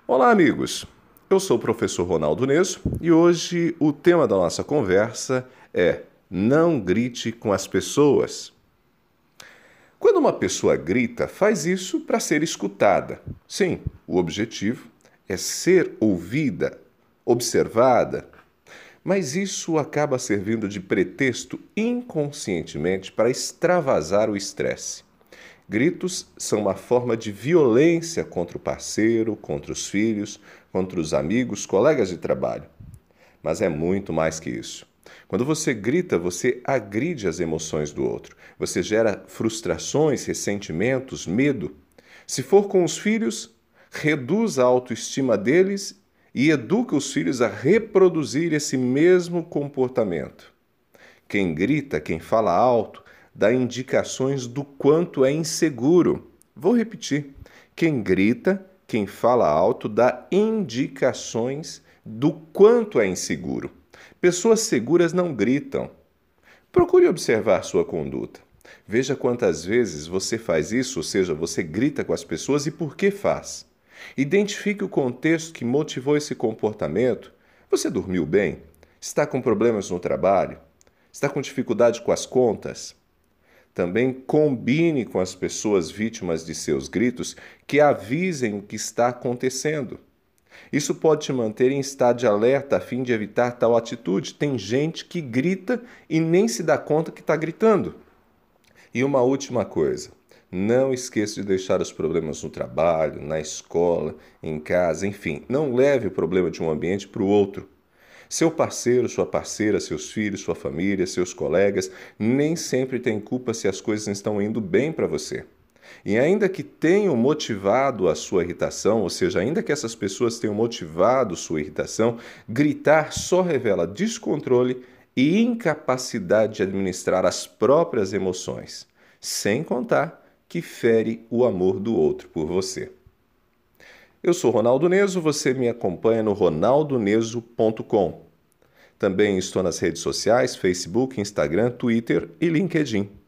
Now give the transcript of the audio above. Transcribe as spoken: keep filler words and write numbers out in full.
Olá, amigos! Eu sou o professor Ronaldo Neso e hoje o tema da nossa conversa é Não grite com as pessoas. Quando uma pessoa grita, faz isso para ser escutada. Sim, o objetivo é ser ouvida, observada, mas isso acaba servindo de pretexto inconscientemente para extravasar o estresse. Gritos são uma forma de violência contra o parceiro, contra os filhos, contra os amigos, colegas de trabalho. Mas é muito mais que isso. Quando você grita, você agride as emoções do outro. Você gera frustrações, ressentimentos, medo. Se for com os filhos, reduz a autoestima deles e educa os filhos a reproduzir esse mesmo comportamento. Quem grita, quem fala alto, dá indicações do quanto é inseguro. Vou repetir. Quem grita, quem fala alto, dá indicações do quanto é inseguro. Pessoas seguras não gritam. Procure observar sua conduta. Veja quantas vezes você faz isso, ou seja, você grita com as pessoas e por que faz. Identifique o contexto que motivou esse comportamento. Você dormiu bem? Está com problemas no trabalho? Está com dificuldade com as contas? Também combine com as pessoas vítimas de seus gritos que avisem o que está acontecendo. Isso pode te manter em estado de alerta a fim de evitar tal atitude. Tem gente que grita e nem se dá conta que está gritando. E uma última coisa, não esqueça de deixar os problemas no trabalho, na escola, em casa, enfim, não leve o problema de um ambiente para o outro. Seu parceiro, sua parceira, seus filhos, sua família, seus colegas, nem sempre têm culpa se as coisas não estão indo bem para você. E ainda que tenham motivado a sua irritação, ou seja, ainda que essas pessoas tenham motivado sua irritação, gritar só revela descontrole e incapacidade de administrar as próprias emoções, sem contar que fere o amor do outro por você. Eu sou Ronaldo Neso, você me acompanha no ronaldo neso ponto com. Também estou nas redes sociais, Facebook, Instagram, Twitter e LinkedIn.